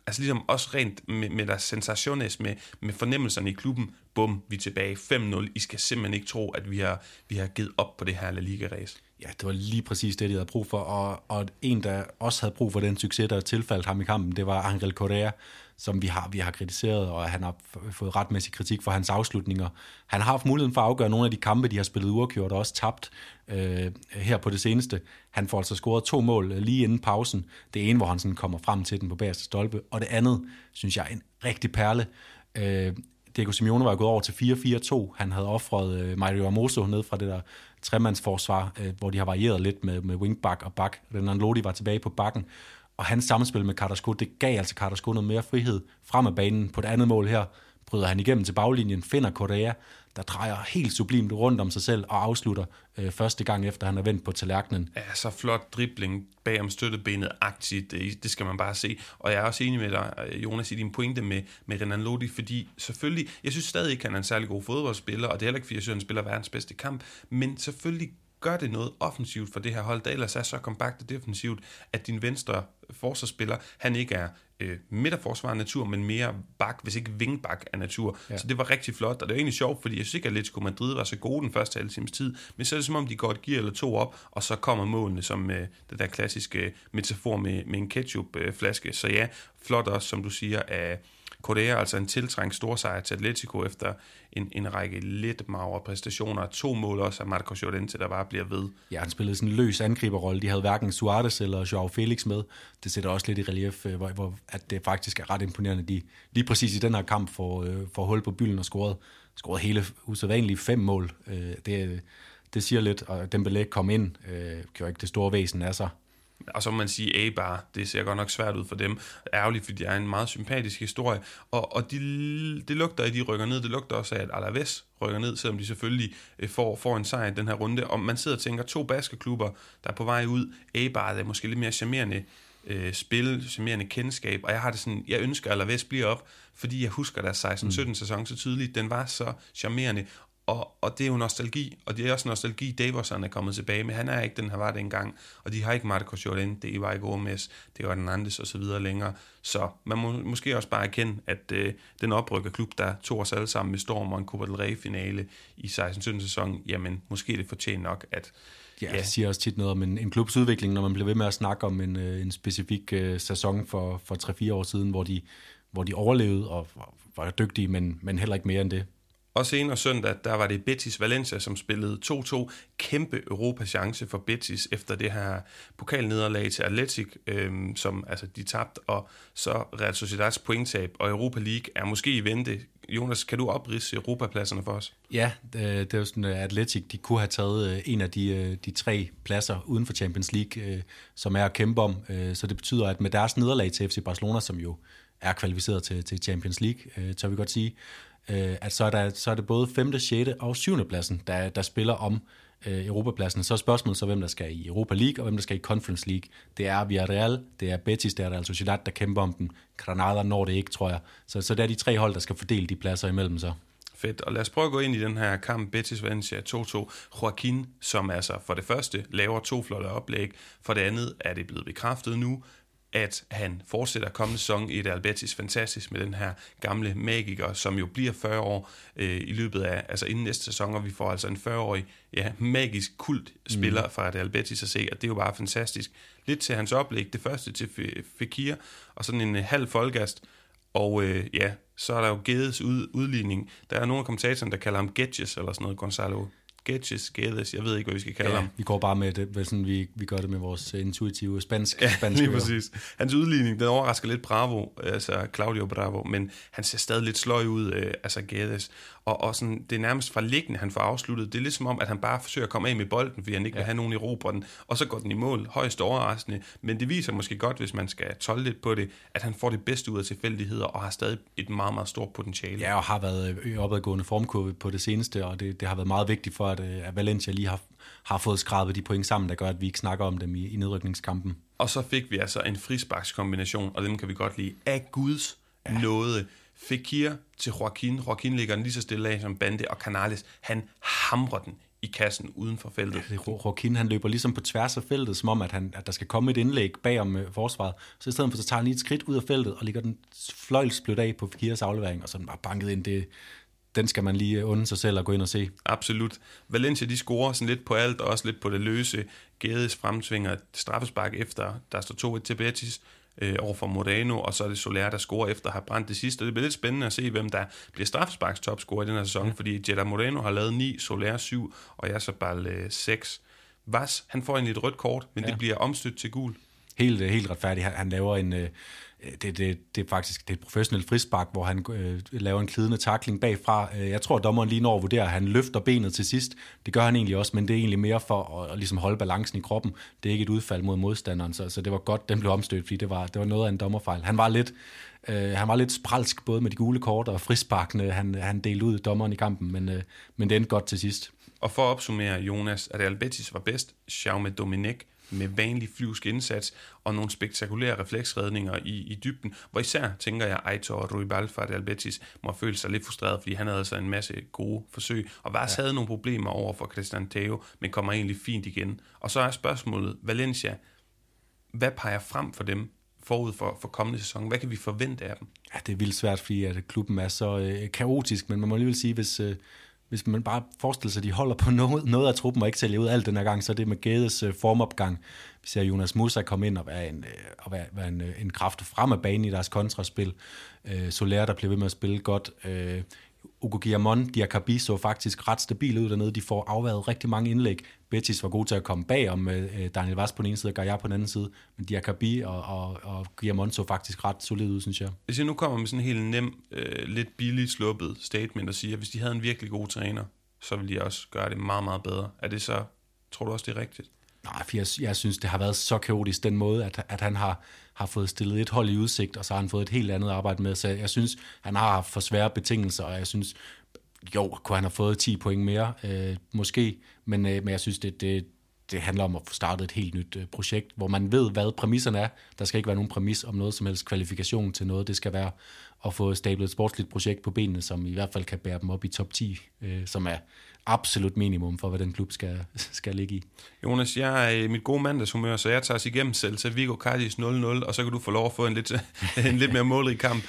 altså ligesom også rent med deres sensationes, med fornemmelserne i klubben, bum, vi er tilbage 5-0, I skal simpelthen ikke tro, at vi har givet op på det her La Liga-race. Ja, det var lige præcis det, de havde brug for, og en, der også havde brug for den succes, der tilfaldt ham i kampen, det var Angel Correa, som vi har kritiseret, og han har fået retmæssig kritik for hans afslutninger. Han har haft muligheden for at afgøre nogle af de kampe, de har spillet uafgjort og også tabt her på det seneste. Han får altså scoret 2 mål lige inden pausen. Det ene, hvor han sådan kommer frem til den på bagerste stolpe, og det andet, synes jeg, er en rigtig perle. Diego Simeone var gået over til 4-4-2. Han havde offret Mario Hermoso ned fra det der tremandsforsvar, hvor de har varieret lidt med wingback og bak. Renan Lodi var tilbage på bakken, og hans samspil med Carrasco, det gav altså Carrasco noget mere frihed frem af banen. På det andet mål her bryder han igennem til baglinjen, finder Correa, der drejer helt sublimt rundt om sig selv og afslutter første gang efter han har vendt på tallerkenen. Ja, så flot dribling bag om støttebenet, aktivt, det skal man bare se. Og jeg er også enig med dig, Jonas, i din pointe med Renan Lodi, fordi selvfølgelig, jeg synes stadig ikke, han er en særlig god fodboldspiller, og det er heller ikke, fordi jeg synes, han spiller verdens bedste kamp, men selvfølgelig gør det noget offensivt for det her hold, der ellers er så kompakt og defensivt, at din venstre forsvarsspiller, han ikke er midterforsvar af natur, men mere bak, hvis ikke vingbak af natur. Ja. Så det var rigtig flot, og det er egentlig sjovt, fordi jeg synes ikke, at Atletico Madrid var så gode den første halve times tid, men så er det som om, de går et gear eller 2 op, og så kommer målene som det der klassiske metafor med en ketchupflaske. Så ja, flot også, som du siger, af Correa, altså en tiltrængt storsejr til Atletico efter en række lidt magre præstationer. 2 mål også af Marcos Llorente, der bare bliver ved. Ja, han spillede sådan en løs angriberrolle. De havde hverken Suarez eller Joao Felix med. Det sætter også lidt i relief, hvor at det faktisk er ret imponerende. De lige præcis i den her kamp får hul på bylden og scoret hele usædvanlige 5 mål. Det siger lidt, og Dembélé kom ind, gjorde ikke det store væsen af sig. Og så må man sige, A-bar, det ser godt nok svært ud for dem. Ærgerligt, fordi det er en meget sympatisk historie. Og det lugter af, at de rykker ned. Det lugter også af, at Alaves rykker ned, selvom de selvfølgelig får en sejr i den her runde. Og man sidder og tænker, 2 baskeklubber, der er på vej ud. A-bar er måske lidt mere charmerende spil, charmerende kendskab. Og jeg har det sådan, jeg ønsker, at Alaves bliver op, fordi jeg husker deres 16-17 sæson så tydeligt. Den var så charmerende. Og det er jo nostalgi, og det er også nostalgi, Davison er kommet tilbage med. Han er ikke den, han var dengang, og de har ikke Marcos Llorente, det var ikke Gomes, det var Hernandez og så videre længere. Så man må måske også bare erkende, at den oprykkerklub, der tog os alle sammen med storm og en Copa del Rey-finale i 16-17 sæson, jamen måske det fortjener nok, at... Ja, det siger også tit noget om en klubs udvikling, når man bliver ved med at snakke om en specifik sæson for 3-4 år siden, hvor de overlevede og var dygtige, men heller ikke mere end det. Og senere søndag, der var det Betis Valencia, som spillede 2-2. Kæmpe Europa-chance for Betis efter det her pokalnederlag til Athletic, som altså de tabte, og så Real Sociedad's pointtab, og Europa League er måske i vente. Jonas, kan du opridse Europapladserne for os? Ja, det er jo sådan, at Athletic, de kunne have taget en af de 3 pladser uden for Champions League, som er at kæmpe om. Så det betyder, at med deres nederlag til FC Barcelona, som jo er kvalificeret til Champions League, tør vi godt sige, at så er det både 5., 6. og 7. pladsen, der spiller om Europapladsen. Så er spørgsmålet så, hvem der skal i Europa League, og hvem der skal i Conference League. Det er Villarreal, det er Betis, det er Real Sociedad, der kæmper om den. Granada når det ikke, tror jeg. Så det er de 3 hold, der skal fordele de pladser imellem sig. Fedt, og lad os prøve at gå ind i den her kamp, Betis Valencia 2-2. Joaquin, som altså for det første laver 2 flotte oplæg, for det andet er det blevet bekræftet nu, at han fortsætter kommende sæson i Real Betis fantastisk med den her gamle magiker, som jo bliver 40 år i løbet af, altså inden næste sæson, og vi får altså en 40-årig, magisk kult spiller fra Real Betis at se, og det er jo bare fantastisk. Lidt til hans oplæg, det første til Fekir, og sådan en halv folkegast, og så er der jo Guedes udligning. Der er nogle af kommentatorerne, der kalder ham Gedges, eller sådan noget, Gonzalo Guedes, jeg ved ikke, hvad vi skal kalde ham. Vi går bare med det, sådan vi gør det med vores intuitive spansk. Lige præcis. Hans udligning, den overrasker lidt Bravo, altså Claudio Bravo, men han ser stadig lidt sløj ud, altså Guedes. Og sådan, det er nærmest fra liggende, han får afsluttet. Det er lidt som om, at han bare forsøger at komme af med bolden, fordi han ikke vil have nogen i ro den, og så går den i mål, højst overraskende. Men det viser måske godt, hvis man skal tolde lidt på det, at han får det bedste ud af tilfældigheder, og har stadig et meget, meget stort potentiale. Ja, og har været opadgående formkurve på det seneste, og det har været meget vigtigt for, at Valencia lige har fået skrabet de point sammen, der gør, at vi ikke snakker om dem i nedrykningskampen. Og så fik vi altså en frisparkskombination, og dem kan vi godt lide, af Guds nåde. Fekir til Joaquin. Joaquin ligger den lige så stille af som Bande, og Canales, han hamrer den i kassen uden for feltet. Ja, Joaquin, han løber ligesom på tværs af feltet, som om, at der skal komme et indlæg bagom forsvaret. Så i stedet for, så tager han lige et skridt ud af feltet, og ligger den fløjlsblødt af på Fakirs aflevering, og så bare banket ind. Den skal man lige unde sig selv og gå ind og se. Absolut. Valencia, de scorer sådan lidt på alt, og også lidt på det løse. Guedes fremtvinger et straffespark efter, der står 2-1 til Betis over for Moreno, og så er det Soler, der scorer efter at have brændt det sidste. Det bliver lidt spændende at se, hvem der bliver straffesparks topscorer i den her sæson, fordi Jetta Moreno har lavet 9, Soler 7, og Yarzabal 6. Vas, han får egentlig et rødt kort, men det bliver omstødt til gul. Helt retfærdigt. Han laver en... Det er faktisk et professionelt frispark, hvor han laver en glidende tackling bagfra. Jeg tror, dommeren lige når at vurdere, at han løfter benet til sidst. Det gør han egentlig også, men det er egentlig mere for at ligesom holde balancen i kroppen. Det er ikke et udfald mod modstanderen, så det var godt, den blev omstødt, fordi det var noget af en dommerfejl. Han var lidt spralsk, både med de gule kort og frisparkene, han delte ud dommeren i kampen, men det endte godt til sidst. Og for at opsummere, Jonas, at Real Betis var bedst. Jaume Domenech med vanlig flyvsk indsats og nogle spektakulære refleksredninger i dybden, hvor især, tænker jeg, Aitor Ruibal fra Real Betis må have følt sig lidt frustreret, fordi han havde altså en masse gode forsøg, og Vars havde nogle problemer over for Cristian Theo, men kommer egentlig fint igen. Og så er spørgsmålet, Valencia, hvad peger frem for dem forud for kommende sæson? Hvad kan vi forvente af dem? Ja, det er vildt svært, fordi at klubben er så kaotisk, men man må alligevel sige, hvis man bare forestiller sig, at de holder på noget af truppen og ikke sælger ud alt den her gang, så er det med Guedes formopgang. Vi ser Jonas Musa komme ind og være en kraft frem af banen i deres kontraspil. Soler, der bliver ved med at spille godt. Hugo Guillamon, Diakabi så faktisk ret stabil ud dernede. De får afværet rigtig mange indlæg. Betis var god til at komme bag om Daniel Vaz på den ene side og Gaia på den anden side. Men Diakabi og Guillamon så faktisk ret solid ud, synes jeg. Hvis jeg nu kommer med sådan en helt nem, lidt billigt sluppet statement og siger, at hvis de havde en virkelig god træner, så ville de også gøre det meget, meget bedre. Er det så, tror du også, det er rigtigt? Nej, for jeg synes, det har været så kaotisk den måde, at han har fået stillet et hold i udsigt, og så har han fået et helt andet arbejde med. Så jeg synes, han har haft for svære betingelser, og jeg synes, kunne han have fået 10 point mere, måske, men jeg synes, det handler om at få startet et helt nyt projekt, hvor man ved, hvad præmisserne er. Der skal ikke være nogen præmis om noget som helst kvalifikation til noget. Det skal være at få stablet et sportsligt projekt på benene, som i hvert fald kan bære dem op i top 10, som er absolut minimum for, hvad den klub skal ligge i. Jonas, jeg er i mit gode mandagshumør, så jeg tager os igennem Celta Vigo Cadiz 0-0, og så kan du få lov at få en lidt mere målrig kamp.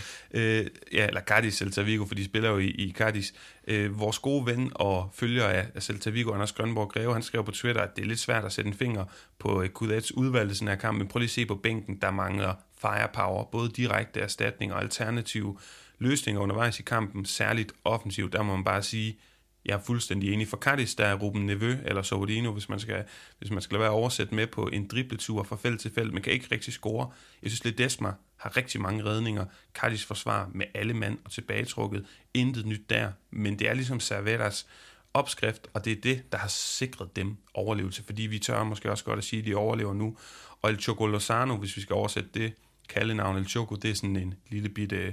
Eller Cadiz Celta Vigo, for de spiller jo i Cadiz. Vores gode ven og følger af Celta Vigo, Anders Grønborg Greve, han skrev på Twitter, at det er lidt svært at sætte en finger på Cudets udvalgelse af kampen, men prøv lige at se på bænken, der mangler firepower, både direkte erstatning og alternative løsninger undervejs i kampen, særligt offensivt. Der må man bare sige, jeg er fuldstændig enig. For Cadiz, der er Ruben Neveu eller Sobrino, hvis man skal lade være oversætte med på en dribletur fra felt til felt, men kan ikke rigtig score. Jeg synes, Ledesma har rigtig mange redninger. Cadiz forsvar med alle mand og tilbagetrukket. Intet nyt der, men det er ligesom Cerveras opskrift, og det er det, der har sikret dem overlevelse, fordi vi tør måske også godt at sige, at de overlever nu. Og El Choco Lozano, hvis vi skal oversætte det, kaldenavn El Choco, det er sådan en lille bitte,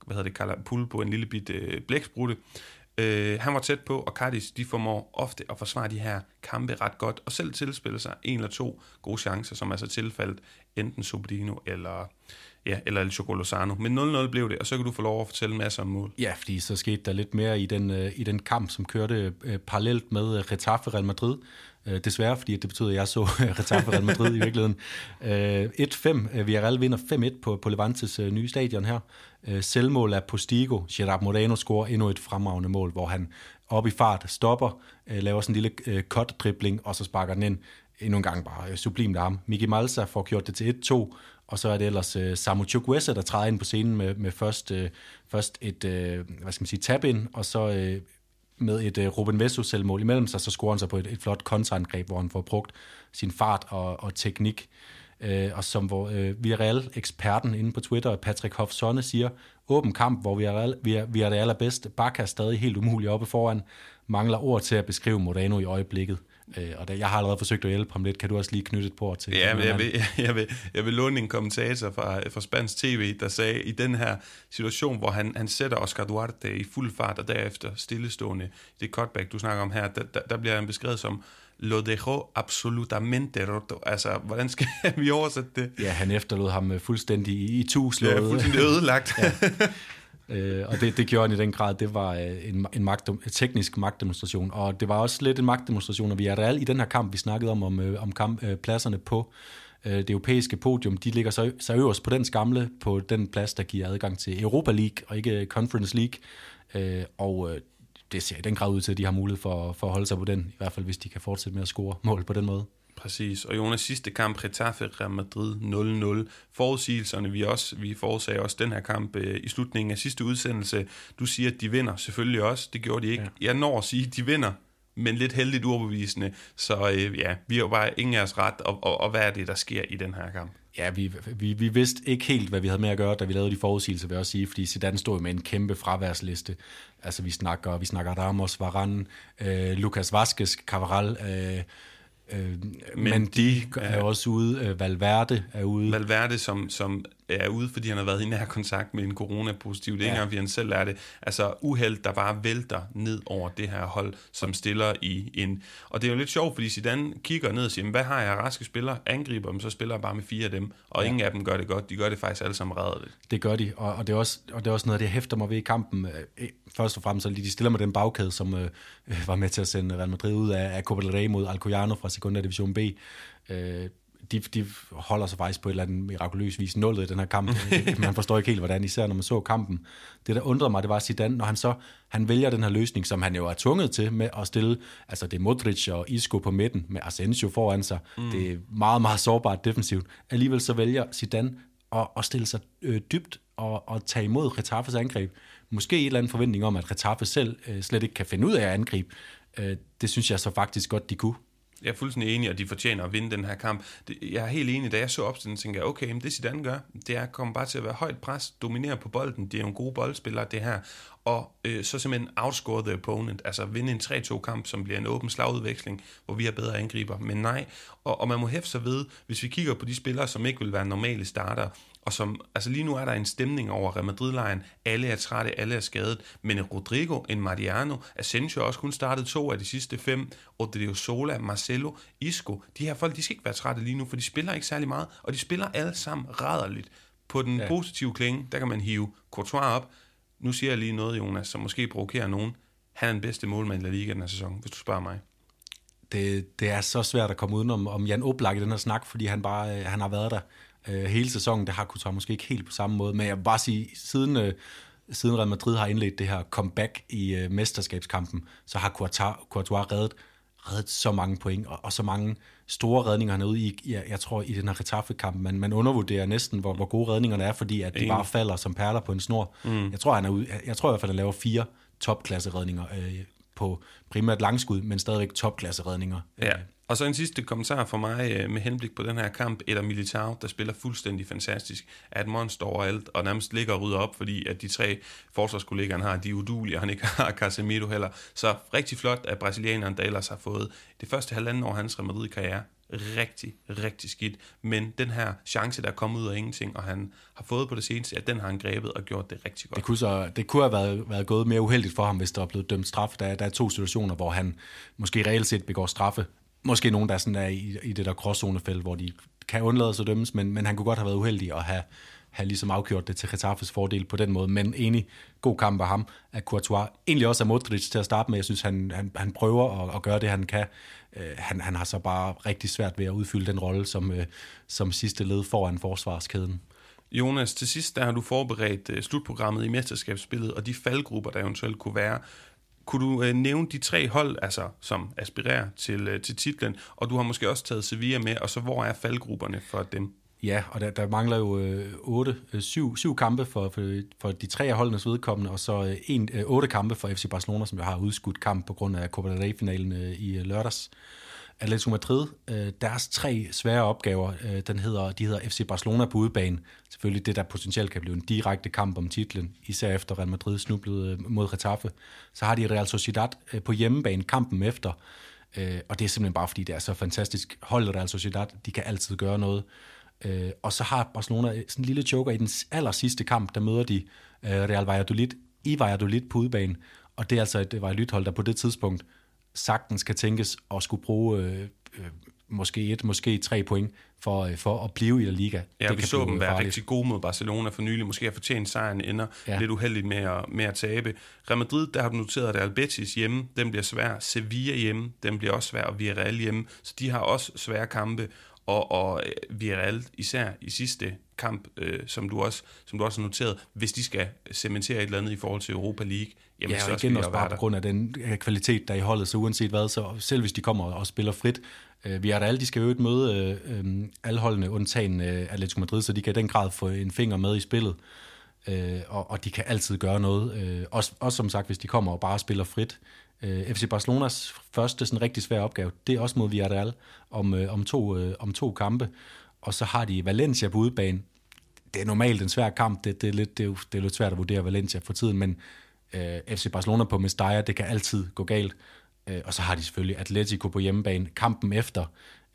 pulpo, en lille bitte blæksprutte. Han var tæt på, og Cadiz, de formår ofte at forsvare de her kampe ret godt, og selv tilspille sig 1 eller 2 gode chancer, som altså tilfaldt enten Sobrino eller El Choco Lozano. Men 0-0 blev det, og så kan du få lov at fortælle masser om mål. Ja, fordi så skete der lidt mere i den kamp, som kørte parallelt med Getafe Real Madrid. Desværre, fordi det betyder, at jeg så Getafe Real Madrid i virkeligheden. 1-5. Villarreal vinder 5-1 på Levantes nye stadion her. Selvmål af Postigo. Gerard Moreno scorer endnu et fremragende mål, hvor han op i fart stopper, laver sådan en lille cut-dribling, og så sparker den ind. Endnu en gang bare sublimt af ham. Miki Malsa får gjort det til 1-2, og så er det ellers Samu Chukwueze, der træder ind på scenen med først et tap-in, og så med et Ruben Vesso selvmål imellem sig, så scorer han sig på et flot kontraangreb, hvor han får brugt sin fart og teknik. Og som Villarreal-eksperten inde på Twitter, Patrick Hoff-Sonne, siger, åben kamp, hvor Villarreal er bedst. Barca er stadig helt umulig oppe foran. Mangler ord til at beskrive Moreno i øjeblikket. Og jeg har allerede forsøgt at hjælpe ham lidt. Kan du også lige knytte et par ord til? Ja, jeg vil låne en kommentator fra Spansk TV, der sagde, i den her situation, hvor han sætter Oscar Duarte i fuld fart, og derefter stillestående, det cutback, du snakker om her, der bliver han beskrevet som lo dejó absolutamente roto. Altså, hvordan skal vi oversætte det? Ja, han efterlod ham fuldstændig i tuslået. Ja, fuldstændig ødelagt. Og det gjorde han i den grad. Det var en teknisk magtdemonstration, og det var også lidt en magtdemonstration, og vi er reelt i den her kamp, vi snakkede om pladserne på det europæiske podium. De ligger så øverst på den skamle, på den plads, der giver adgang til Europa League, og ikke Conference League, og det ser i den grad ud til, at de har mulighed for at holde sig på den, i hvert fald hvis de kan fortsætte med at score mål på den måde. Præcis, og Jonas, sidste kamp, Getafe Real Madrid 0-0. Forudsigelserne, vi forudsagde også den her kamp i slutningen af sidste udsendelse. Du siger, at de vinder, selvfølgelig også, det gjorde de ikke. Ja. Jeg når at sige, at de vinder, men lidt heldigt uoverbevisende, så vi har bare ingen af os ret, og hvad er det, der sker i den her kamp? Ja, vi vidste ikke helt, hvad vi havde med at gøre, da vi lavede de forudsigelser, vil jeg også sige, fordi Zidane stod med en kæmpe fraværsliste. Altså, vi snakker Ramos, Varane, Lucas Vázquez, Carvajal, men de er også ude. Valverde er ude. Valverde, som er ude, fordi han har været i nær kontakt med en coronapositiv. Det er ikke engang, fordi han selv er det. Altså uheld, der bare vælter ned over det her hold, som stiller i en... Og det er jo lidt sjovt, fordi Zidane kigger ned og siger, hvad har jeg raske spillere? Angriber dem, så spiller jeg bare med 4 af dem. Og ingen af dem gør det godt. De gør det faktisk alle sammen rædderligt. Det gør de, og det er også noget af det, jeg hæfter mig ved i kampen. Først og fremmest, så de stiller med den bagkæde, som var med til at sende Real Madrid ud af Copa del Rey mod Alcoyano fra Segunda Division B. De holder sig faktisk på et eller andet mirakuløs vis nullet i den her kamp. Man forstår ikke helt, hvordan, især når man så kampen. Det, der undrede mig, det var Zidane, når han vælger den her løsning, som han jo er tvunget til med at stille, altså det er Modric og Isco på midten, med Asensio foran sig. Det er meget, meget sårbart defensivt. Alligevel så vælger Zidane at stille sig dybt og tage imod Getafes angreb. Måske et eller andet forventning om, at Getafe selv slet ikke kan finde ud af at angribe. Det synes jeg så faktisk godt, de kunne. Jeg er fuldstændig enig, og de fortjener at vinde den her kamp. Jeg er helt enig, da jeg så opstillingen, tænkte jeg, okay, men det Zidane gør, det er kommer bare til at være højt pres, dominere på bolden, det er jo en god boldspiller, det her, og så simpelthen outscore the opponent, altså vinde en 3-2-kamp, som bliver en åben slagudveksling, hvor vi har bedre angriber, men nej, og man må hæfte sig ved, hvis vi kigger på de spillere, som ikke vil være normale starter, og som, altså lige nu er der en stemning over Real Madrid-lejren. Alle er trætte, alle er skadet. Men Rodrigo, Mariano, Asensio også kun startet 2 af de sidste 5. Odriozola, Marcelo, Isco. De her folk, de skal ikke være trætte lige nu, for de spiller ikke særlig meget. Og de spiller alle sammen rædderligt. På den positive klinge, der kan man hive Courtois op. Nu siger jeg lige noget, Jonas, som måske provokerer nogen. Han er den bedste målmand i La Liga den her sæson, hvis du spørger mig. Det er så svært at komme udenom om Jan Oblak i den her snak, fordi han har været der hele sæsonen. Det har Courtois måske ikke helt på samme måde, men jeg vil bare sige, siden Real Madrid har indledt det her comeback i mesterskabskampen, så har Courtois reddet så mange point, og så mange store redninger han er ude i. Jeg tror, i den her Getafe-kamp, man undervurderer næsten, hvor gode redningerne er, fordi at de bare falder som perler på en snor. Jeg tror i hvert fald, han laver 4 topklasse-redninger på primært langskud, men stadigvæk topklasse-redninger. Ja. Og så en sidste kommentar for mig med henblik på den her kamp. Eder Militao, der spiller fuldstændig fantastisk, er et monster overalt, og nærmest ligger og rydder op, fordi at de 3 forsvarskolleger, han har, de er uduelige, og han ikke har Casemiro heller. Så rigtig flot, at brasilianeren, der ellers har fået det første 1,5 år af hans Real Madrid-karriere, rigtig, rigtig skidt. Men den her chance, der er kommet ud af ingenting, og han har fået på det seneste, at den har han grebet og gjort det rigtig godt. Det kunne have været gået mere uheldigt for ham, hvis der er blevet dømt straf. Der er 2 situationer, hvor han måske reelt set begår straffe. Måske nogen, der sådan er i det der gråzonefelt, hvor de kan undlade sig dømmes, men han kunne godt have været uheldig og have ligesom afgjort det til Getafes fordel på den måde. Men enig, god kamp af ham, af Courtois. Egentlig også af Modric til at starte med. Jeg synes, han prøver at gøre det, han kan. Han har så bare rigtig svært ved at udfylde den rolle som sidste led foran forsvarskæden. Jonas, til sidst der har du forberedt slutprogrammet i mesterskabsspillet, og de faldgrupper, der eventuelt kunne være. Kunne du nævne de 3 hold, altså, som aspirerer til titlen, og du har måske også taget Sevilla med, og så hvor er faldgrupperne for dem? Ja, og der mangler jo 7 kampe for de 3 af holdenes vedkommende, og så 8 kampe for FC Barcelona, som jo har udskudt kamp på grund af Copa del Rey-finalen i lørdags. Atletico Madrid, deres 3 svære opgaver, de hedder FC Barcelona på udebane. Selvfølgelig det, der potentielt kan blive en direkte kamp om titlen, især efter Real Madrid snublede mod Getafe. Så har de Real Sociedad på hjemmebane kampen efter, og det er simpelthen bare, fordi det er så fantastisk. Holdet Real Sociedad, de kan altid gøre noget. Og så har Barcelona sådan en lille joker i den aller sidste kamp, der møder de Real Valladolid i Valladolid på udebane, og det er altså et Valladolid-hold, der på det tidspunkt sagtens kan tænkes at skulle bruge måske 3 point for at blive i La Liga. Ja, vi så dem være rigtig gode mod Barcelona for nylig. Måske har fortjent sejren, ender lidt uheldigt med at tabe. Real Madrid, der har du noteret, at Real Betis hjemme, den bliver svær. Sevilla hjemme, den bliver også svær. Og Villarreal hjemme, så de har også svære kampe. Og Villarreal især i sidste kamp, som du også har noteret, hvis de skal cementere et eller andet i forhold til Europa League, jamen så igen også bare på grund af den kvalitet, der er i holdet, så uanset hvad, så selv hvis de kommer og spiller frit, Villarreal, de skal jo møde alle holdene undtagen Atletico Madrid, så de kan i den grad få en finger med i spillet, og de kan altid gøre noget, også som sagt, hvis de kommer og bare spiller frit. FC Barcelonas første sådan rigtig svær opgave, det er også mod Villarreal om to kampe, og så har de Valencia på udebane. Det er normalt en svær kamp, det er lidt svært at vurdere Valencia for tiden, men FC Barcelona på Mestalla, det kan altid gå galt. Og så har de selvfølgelig Atletico på hjemmebane, kampen efter,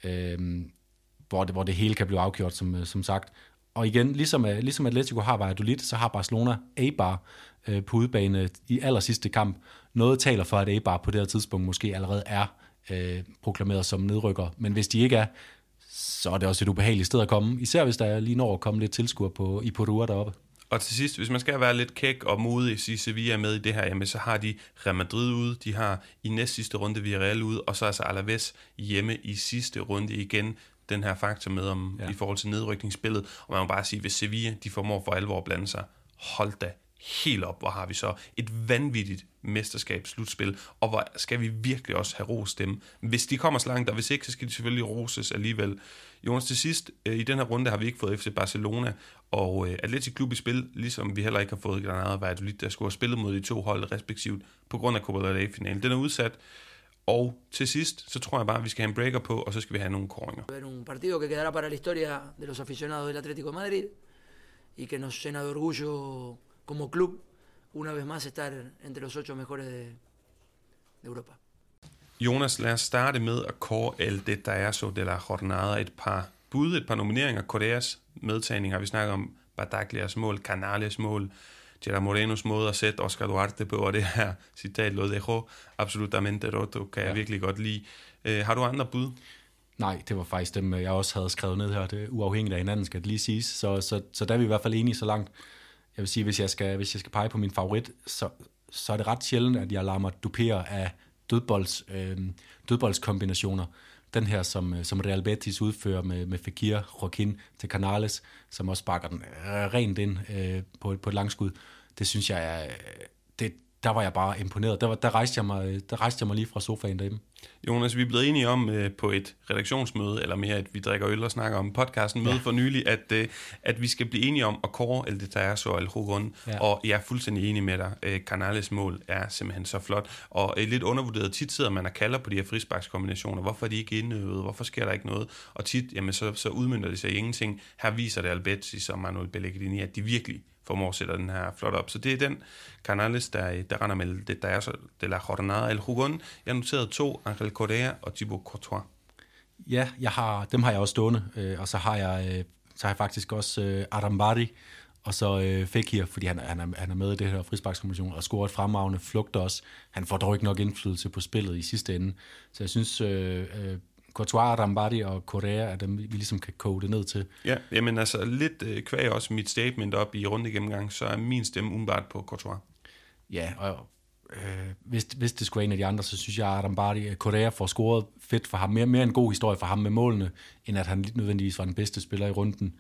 hvor det hele kan blive afgjort, som sagt. Og igen, ligesom Atletico har Valladolid, så har Barcelona Eibar på udebane i aller sidste kamp. Noget taler for, at Eibar på det her tidspunkt måske allerede er proklameret som nedrykker. Men hvis de ikke er, så er det også et ubehageligt sted at komme. Især hvis der lige når at komme lidt tilskuere i Porua deroppe. Og til sidst, hvis man skal være lidt kæk og modig, sige Sevilla er med i det her, jamen så har de Real Madrid ude, de har i næst sidste runde Villarreal ude, og så altså Alaves hjemme i sidste runde igen. Den her faktor med i forhold til nedrykningsspillet, og man må bare sige, hvis Sevilla, de formår for alvor at blande sig, hold da helt op, hvor har vi så et vanvittigt mesterskabsslutspil, og hvor skal vi virkelig også have ros dem. Hvis de kommer så langt, og hvis ikke, så skal de selvfølgelig roses alligevel. Jonas, til sidst, i den her runde har vi ikke fået FC Barcelona og Athletic Klub i spil, ligesom vi heller ikke har fået Granada og Valladolid, der skulle have spillet mod de to hold respektivt, på grund af Copa del Rey-finalen. Den er udsat, og til sidst, så tror jeg bare, at vi skal have en breaker på, og så skal vi have nogle koringer. Un partido que quedará para la historia de los aficionados del Atlético de Madrid, y que nos llena de orgullo como club, una vez más estar entre los 8 mejores de Europa. Jonas, lad os starte med at kåre El Detallazo de la Jornada. Et par nomineringer. Correas medtagning har vi snakket om. Bataglias mål, Canales mål, Gerard Morenos måde at sætte Oscar Duarte på, og det her citat, lo dejo absolutamente roto, kan jeg virkelig godt lide. Har du andre bud? Nej, det var faktisk dem, jeg også havde skrevet ned her. Det er uafhængigt af hinanden, skal det lige siges. Så der er vi i hvert fald enige så langt. Jeg vil sige, hvis jeg skal pege på min favorit, så er det ret sjældent, at jeg lader mig dupere af dødboldskombinationer. Den her, som Real Betis udfører med Fekir, Joaquin til Canales, som også sparker den rent ind på et langskud. Det synes jeg er... Der var jeg bare imponeret. Der rejste jeg mig lige fra sofaen derhjemme. Jonas, vi er blevet enige om på et redaktionsmøde, eller mere, at vi drikker øl og snakker om podcasten møde for nylig, at vi skal blive enige om at kåre El Detallazo og El Jugón, og jeg er fuldstændig enig med dig. Canales mål er simpelthen så flot, og lidt undervurderet. Tit sidder man og kalder på de her frisparkskombinationer. Hvorfor er de ikke indøvet? Hvorfor sker der ikke noget? Og tit, jamen, så udmønter det sig ingenting. Her viser det Albetis og Manuel Pellegrini, at de virkelig formår at sætte den her flot op. Så det er den Canales, der render med det, der er så de la Jornada. El Jugón, jeg noterede 2, Angel Correa og Thibaut Courtois. Ja, dem har jeg også stående, og så har jeg faktisk også Adam Bari, og så Fekir, fordi han er med i det her frisparkskombination, og scorer et fremragende flugt også. Han får dog ikke nok indflydelse på spillet i sidste ende. Så jeg synes... Courtois, Rambadi og Correa er dem, vi ligesom kan koge det ned til. Ja, jamen altså lidt kvæg også mit statement op i runde gennemgang, så er min stemme umiddelbart på Courtois. Ja, og hvis det skulle være en af de andre, så synes jeg, at Rambadi, Correa får scoret fedt for ham. Mere en god historie for ham med målene, end at han nødvendigvis var den bedste spiller i runden.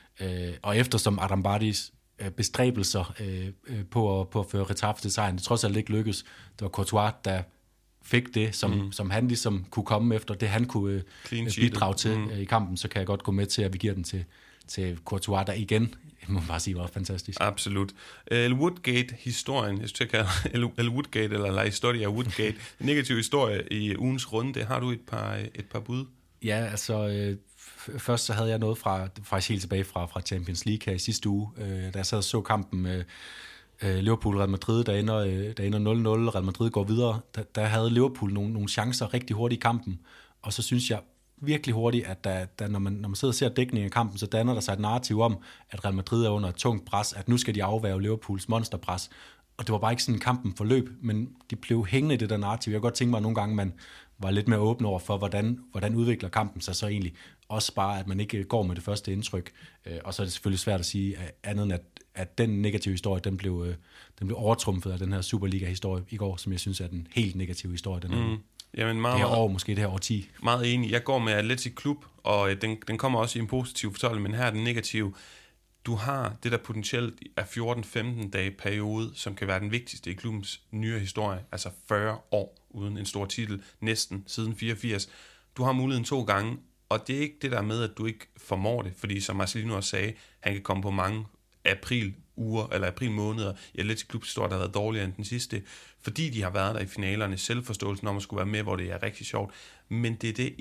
Og eftersom Arambadis bestræbelser på at føre Getafe til sejren, det trods alt ikke lykkedes, det var Courtois, der fik det, som han ligesom kunne komme efter, det han kunne bidrage til i kampen, så kan jeg godt gå med til, at vi giver den til Courtois, der igen, jeg må bare sige, var fantastisk. Absolut. El Woodgate-historien, jeg synes, jeg kalder El Woodgate, eller La Historia Woodgate, negativ historie i ugens runde, har du et par bud? Ja, altså... Først så havde jeg noget faktisk helt tilbage fra Champions League her i sidste uge, da jeg sad og så kampen med Liverpool-Real Madrid, der ender 0-0, Real Madrid går videre. Der havde Liverpool nogle chancer rigtig hurtigt i kampen, og så synes jeg virkelig hurtigt, at når man sidder og ser dækningen af kampen, så danner der sig et narrativ om, at Real Madrid er under et tungt pres, at nu skal de afværge Liverpools monsterpres, Og det var bare ikke sådan kampen forløb, men de blev hængende i det der narrativ. Jeg kan godt tænke mig, at nogle gange man var lidt mere åben over for, hvordan udvikler kampen sig så egentlig. Også bare, at man ikke går med det første indtryk. Og så er det selvfølgelig svært at sige andet end, at den negative historie, den blev overtrumfet af den her Superliga-historie i går, som jeg synes er den helt negative historie. Jamen det her år, måske det her årti. Meget enig. Jeg går med Atletic Klub, og den kommer også i en positiv fortolkning, men her er den negative. Du har det der potentielt af 14-15 dage periode, som kan være den vigtigste i klubbens nyere historie, altså 40 år uden en stor titel, næsten siden 84. Du har muligheden 2 gange, og det er ikke det der med, at du ikke formår det, fordi som Marcelino også sagde, han kan komme på mange april-uger eller april-måneder i Atletic Klubs historie, der har været dårligere end den sidste, fordi de har været der i finalerne, selvforståelsen om at skulle være med, hvor det er rigtig sjovt. Men det er det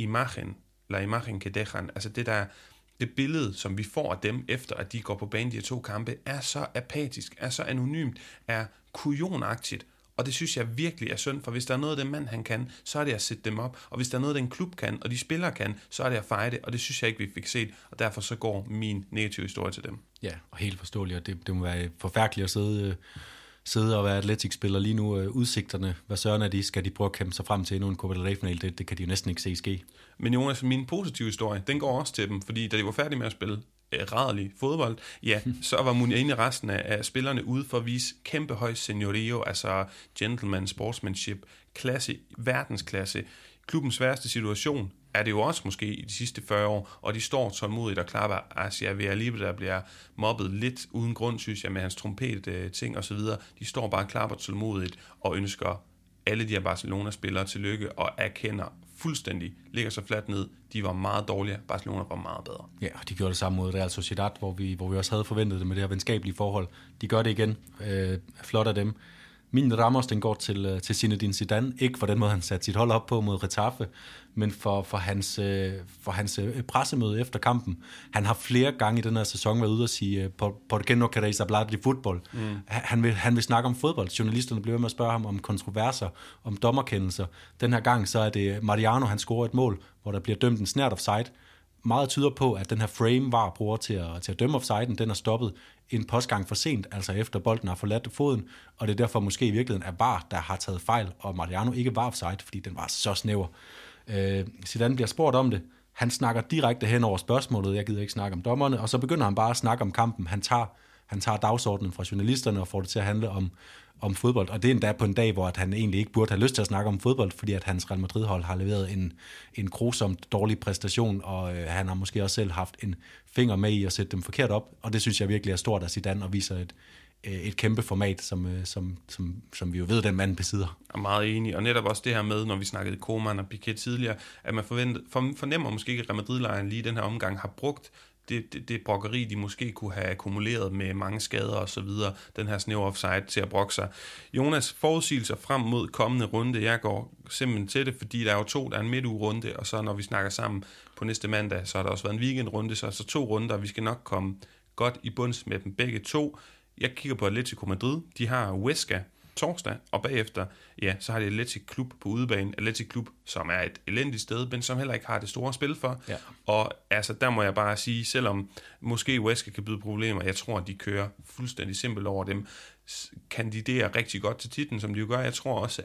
imagen que dejan, altså det billede, som vi får af dem, efter at de går på banen de her 2 kampe, er så apatisk, er så anonymt, er kujonagtigt. Og det synes jeg virkelig er synd, for hvis der er noget, den mand han kan, så er det at sætte dem op. Og hvis der er noget, den klub kan, og de spillere kan, så er det at fejre det. Og det synes jeg ikke, vi fik set. Og derfor så går min negative historie til dem. Ja, og helt forståeligt. Og det må være forfærdeligt at sidde og være Atletic-spiller lige nu. Udsigterne, hvad søren er de? Skal de prøve at kæmpe sig frem til endnu en Copa del Rey-final? Det kan de jo næsten ikke se ske. Men Jonas, min positive historie, den går også til dem. Fordi da de var færdige med at spille rædderlig fodbold, ja, så var Muniain resten af spillerne ude for at vise kæmpe høj seniorio, altså gentleman sportsmanship, klasse, verdensklasse. Klubbens værste situation er det jo også måske i de sidste 40 år, og de står tålmodigt og klapper Asia Vialibe, der bliver mobbet lidt uden grund, synes jeg, med hans trompet-ting og så videre. De står bare og klapper tålmodigt og ønsker alle de her Barcelona-spillere tillykke og erkender fuldstændig, ligger så fladt ned. De var meget dårlige, Barcelona var meget bedre. Ja, og de gjorde det samme mod Real Sociedad, hvor vi også havde forventet det med det her venskabelige forhold. De gør det igen. Flot af dem. Min Ramos, den går til Zinedine Zidane. Ikke for den måde, han satte sit hold op på mod Getafe, men for hans pressemøde efter kampen. Han har flere gange i den her sæson været ude og sige, ¿Por qué no queréis hablar de fútbol? Han vil snakke om fodbold. Journalisterne bliver ved med at spørge ham om kontroverser, om dommerkendelser. Den her gang så er det Mariano, han scorer et mål, hvor der bliver dømt en snært offside. Meget tyder på, at den her frame VAR bruger til at dømme offsiden, den er stoppet en postgang for sent, altså efter bolden har forladt foden, og det er derfor måske i virkeligheden er VAR, der har taget fejl, og Mariano ikke var offside, fordi den var så snæver. Zidane bliver spurgt om det. Han snakker direkte hen over spørgsmålet, jeg gider ikke snakke om dommerne, og så begynder han bare at snakke om kampen. Han tager dagsordenen fra journalisterne og får det til at handle om fodbold, og det er endda på en dag, hvor han egentlig ikke burde have lyst til at snakke om fodbold, fordi at hans Real Madrid-hold har leveret en grusomt dårlig præstation, og han har måske også selv haft en finger med i at sætte dem forkert op, og det synes jeg virkelig er stort af Zidane, og viser et kæmpe format, som vi jo ved, den mand besidder. Jeg er meget enig, og netop også det her med, når vi snakkede Koeman og Piqué tidligere, at man fornemmer måske ikke, at Real Madrid-lejren lige den her omgang har brugt det brokkeri, de måske kunne have akkumuleret med mange skader og så videre, den her snævre offside til at brokke sig. Jonas, forudsigelser frem mod kommende runde, jeg går simpelthen til det, fordi der er jo 2, der er en midtugerunde, og så når vi snakker sammen på næste mandag, så har der også været en weekendrunde, så 2 runder, vi skal nok komme godt i bunds med dem begge 2. Jeg kigger på Atletico Madrid, de har Huesca torsdag, og bagefter, ja, så har de Atletic Klub på udebane. Atletic Klub, som er et elendigt sted, men som heller ikke har det store spil for. Ja. Og altså, der må jeg bare sige, selvom måske Huesca kan byde problemer, jeg tror, at de kører fuldstændig simpelt over dem, kandiderer rigtig godt til titlen, som de jo gør. Jeg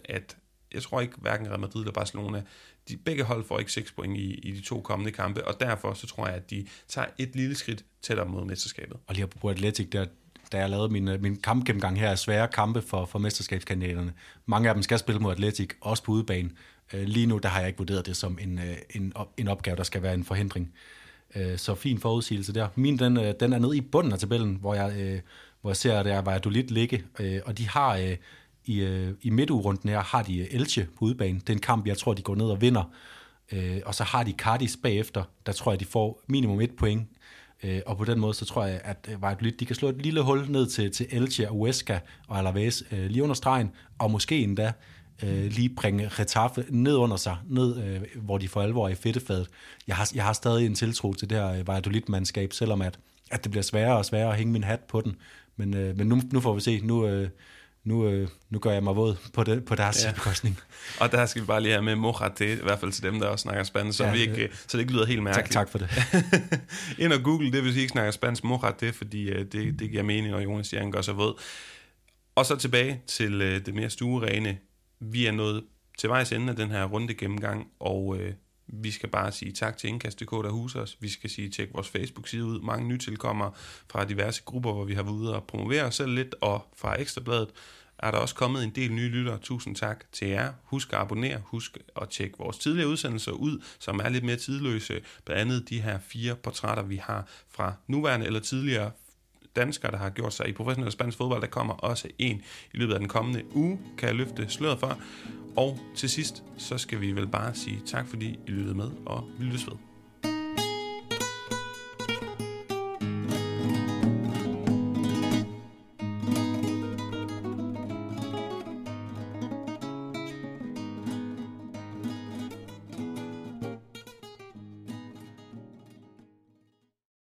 tror ikke, hverken Real Madrid eller Barcelona, de begge hold får ikke 6 point i de 2 kommende kampe, og derfor så tror jeg, at de tager et lille skridt tættere mod mesterskabet. Og lige på Atletic, da jeg lavede min kampgennemgang her af svære kampe for mesterskabskandidaterne. Mange af dem skal spille mod Atletic, også på udebane. Lige nu, der har jeg ikke vurderet det som en opgave, der skal være en forhindring. Så fin forudsigelse der. Min, den er nede i bunden af tabellen, hvor jeg ser, at der var Valladolid ligge, og de har i midtugerunden her, har de Elche på udebane. Det er en kamp, jeg tror, de går ned og vinder. Og så har de Cardis bagefter, der tror jeg, de får minimum 1 point. Og på den måde, så tror jeg, at Valladolid, de kan slå et lille hul ned til Elche og Huesca og Alaves lige under stregen, og måske endda lige bringe Getafe ned under sig, hvor de for alvor er i fedtefadet. Jeg har stadig en tiltro til det her Valladolid-mandskab, selvom at det bliver sværere og sværere at hænge min hat på den. Men nu får vi se. Nu gør jeg mig våd på deres bekostning. Og der skal vi bare lige have med Morate, i hvert fald til dem, der også snakker spansk, så det ikke lyder helt mærkeligt. Tak for det. Ind og Google det, hvis I ikke snakker spansk, Morate, fordi det giver mening, og Jonas siger, han gør sig våd. Og så tilbage til det mere stuerene. Vi er nået til vejs ende af den her runde gennemgang, og vi skal bare sige tak til Indkast.dk, der huser os. Vi skal sige, tjek vores Facebook-side ud. Mange nytilkommere fra diverse grupper, hvor vi har været ude og promovere os selv lidt, og fra Ekstrabladet er der også kommet en del nye lyttere. Tusind tak til jer. Husk at abonnere. Husk at tjekke vores tidligere udsendelser ud, som er lidt mere tidløse. Blandt andet de her 4 portrætter, vi har fra nuværende eller tidligere danskere, der har gjort sig i professionel spansk fodbold. Der kommer også en i løbet af den kommende uge, kan jeg løfte sløret for. Og til sidst, så skal vi vel bare sige tak, fordi I lyttede med, og vi lyttes ved.